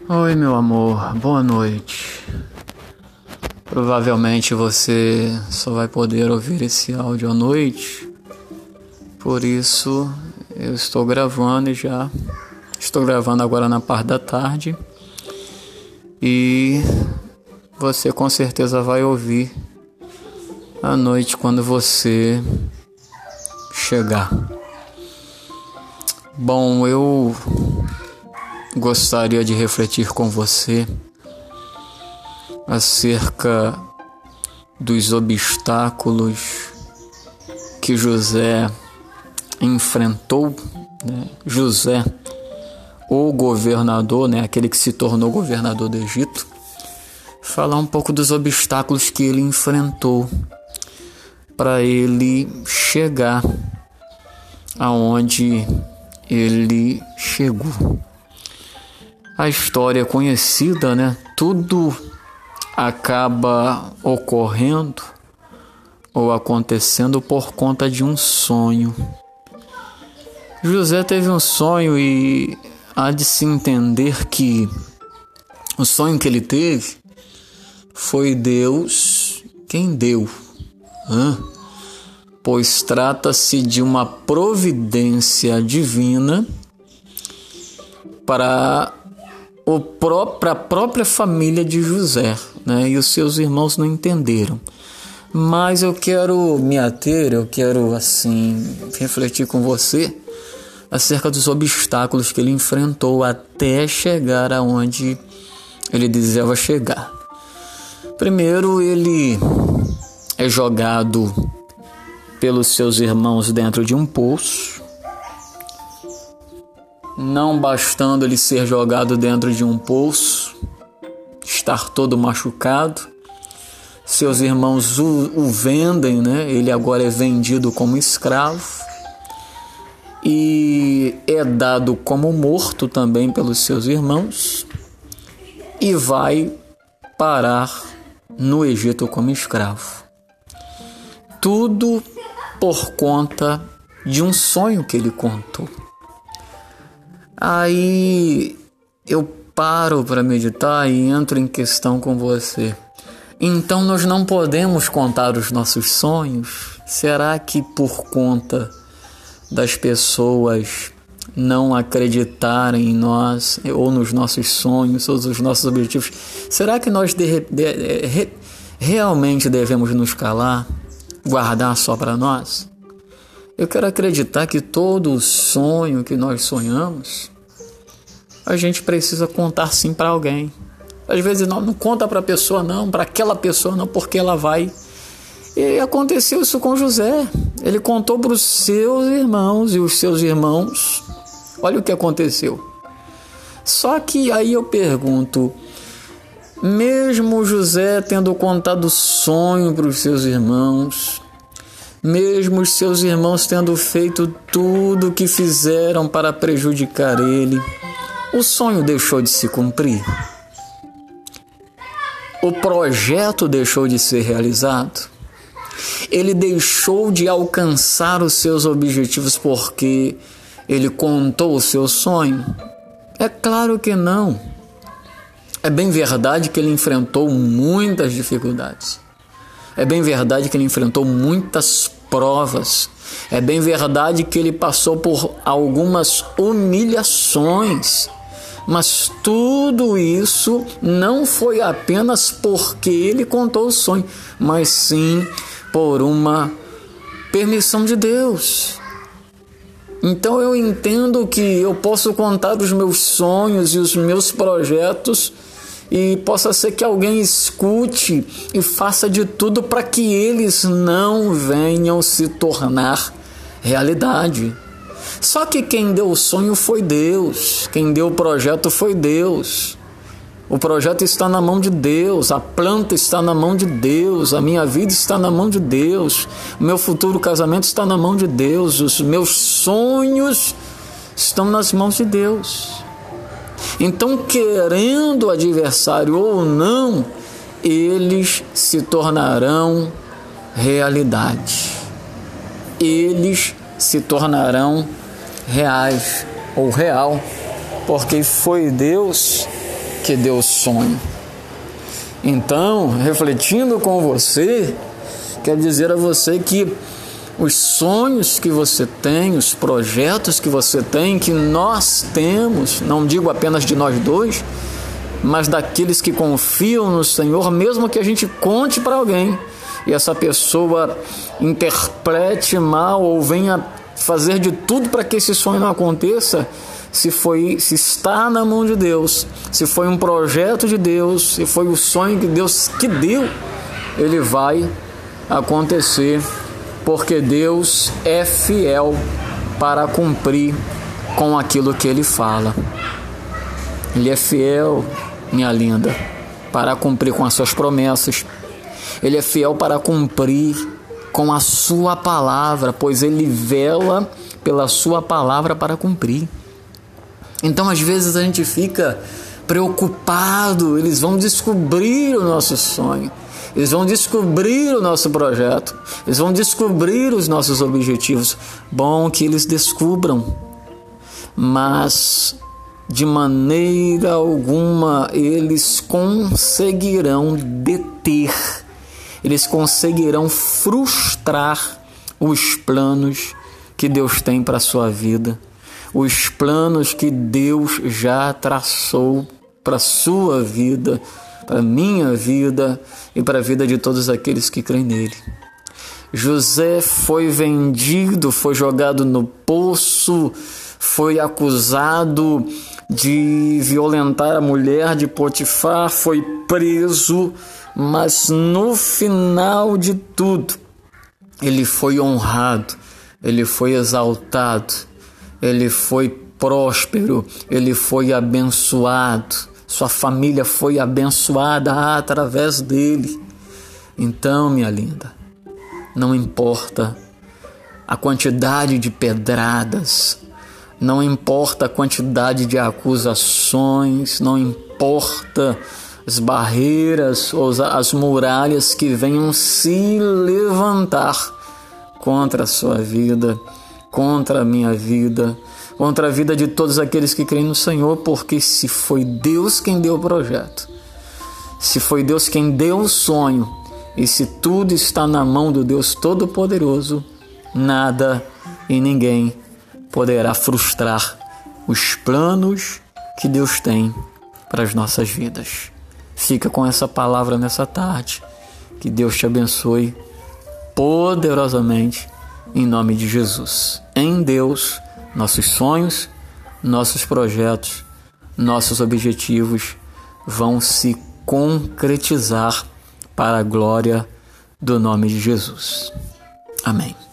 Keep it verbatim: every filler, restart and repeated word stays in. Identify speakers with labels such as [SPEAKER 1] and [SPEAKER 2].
[SPEAKER 1] Oi, meu amor, boa noite. Provavelmente você só vai poder ouvir esse áudio à noite, por isso eu estou gravando e já estou gravando agora na parte da tarde e você com certeza vai ouvir à noite quando você chegar. Bom, eu gostaria de refletir com você acerca dos obstáculos que José enfrentou, né? José, o governador, né? Aquele que se tornou governador do Egito, falar um pouco dos obstáculos que ele enfrentou para ele chegar aonde ele chegou. A história é conhecida, né? Tudo acaba ocorrendo ou acontecendo por conta de um sonho. José teve um sonho e há de se entender que o sonho que ele teve foi Deus quem deu. Hã? Pois trata-se de uma providência divina para o próprio, a própria família de José, né? E os seus irmãos não entenderam. Mas eu quero me ater, eu quero assim refletir com você acerca dos obstáculos que ele enfrentou até chegar aonde ele desejava chegar. Primeiro, ele é jogado pelos seus irmãos dentro de um poço. Não bastando ele ser jogado dentro de um poço, estar todo machucado, seus irmãos o, o vendem, né? Ele agora é vendido como escravo e é dado como morto também pelos seus irmãos e vai parar no Egito como escravo. Tudo por conta de um sonho que ele contou. Aí eu paro para meditar e entro em questão com você. Então nós não podemos contar os nossos sonhos? Será que por conta das pessoas não acreditarem em nós ou nos nossos sonhos ou nos nossos objetivos, será que nós de, de, de, realmente devemos nos calar, guardar só para nós? Eu quero acreditar que todo sonho que nós sonhamos, a gente precisa contar sim para alguém. Às vezes não, não conta para a pessoa não, para aquela pessoa não, porque ela vai. E aconteceu isso com José. Ele contou para os seus irmãos e os seus irmãos, olha o que aconteceu. Só que aí eu pergunto, mesmo José tendo contado o sonho para os seus irmãos, mesmo os seus irmãos tendo feito tudo o que fizeram para prejudicar ele, o sonho deixou de se cumprir? O projeto deixou de ser realizado? Ele deixou de alcançar os seus objetivos porque ele contou o seu sonho? É claro que não. É bem verdade que ele enfrentou muitas dificuldades. É bem verdade que ele enfrentou muitas provas. É bem verdade que ele passou por algumas humilhações. Mas tudo isso não foi apenas porque ele contou o sonho, mas sim por uma permissão de Deus. Então eu entendo que eu posso contar os meus sonhos e os meus projetos e possa ser que alguém escute e faça de tudo para que eles não venham se tornar realidade. Só que quem deu o sonho foi Deus, quem deu o projeto foi Deus. O projeto está na mão de Deus, a planta está na mão de Deus, a minha vida está na mão de Deus, o meu futuro casamento está na mão de Deus, os meus sonhos estão nas mãos de Deus. Então, querendo o adversário ou não, eles se tornarão realidade. Eles se tornarão reais ou real, porque foi Deus que Deus sonha. Então, refletindo com você, quero dizer a você que os sonhos que você tem, os projetos que você tem, que nós temos, não digo apenas de nós dois, mas daqueles que confiam no Senhor, mesmo que a gente conte para alguém e essa pessoa interprete mal ou venha fazer de tudo para que esse sonho não aconteça, se foi, se está na mão de Deus, se foi um projeto de Deus, se foi o sonho que Deus que deu, ele vai acontecer, porque Deus é fiel para cumprir com aquilo que Ele fala. Ele é fiel, minha linda, para cumprir com as suas promessas. Ele é fiel para cumprir com a sua palavra, pois Ele vela pela sua palavra para cumprir. Então, às vezes, a gente fica preocupado, eles vão descobrir o nosso sonho. Eles vão descobrir o nosso projeto. Eles vão descobrir os nossos objetivos. Bom que eles descubram. Mas, de maneira alguma, eles conseguirão deter. Eles conseguirão frustrar os planos que Deus tem para a sua vida. Os planos que Deus já traçou para a sua vida, para a minha vida e para a vida de todos aqueles que creem nele. José foi vendido, foi jogado no poço, foi acusado de violentar a mulher de Potifar, foi preso, mas no final de tudo, ele foi honrado, ele foi exaltado, ele foi próspero, ele foi abençoado. Sua família foi abençoada através dele. Então, minha linda, não importa a quantidade de pedradas, não importa a quantidade de acusações, não importa as barreiras ou as muralhas que venham se levantar contra a sua vida, contra a minha vida, contra a vida de todos aqueles que creem no Senhor, porque se foi Deus quem deu o projeto, se foi Deus quem deu o sonho, e se tudo está na mão do Deus Todo-Poderoso, nada e ninguém poderá frustrar os planos que Deus tem para as nossas vidas. Fica com essa palavra nessa tarde. Que Deus te abençoe poderosamente, em nome de Jesus. Em Deus, nossos sonhos, nossos projetos, nossos objetivos vão se concretizar para a glória do nome de Jesus. Amém.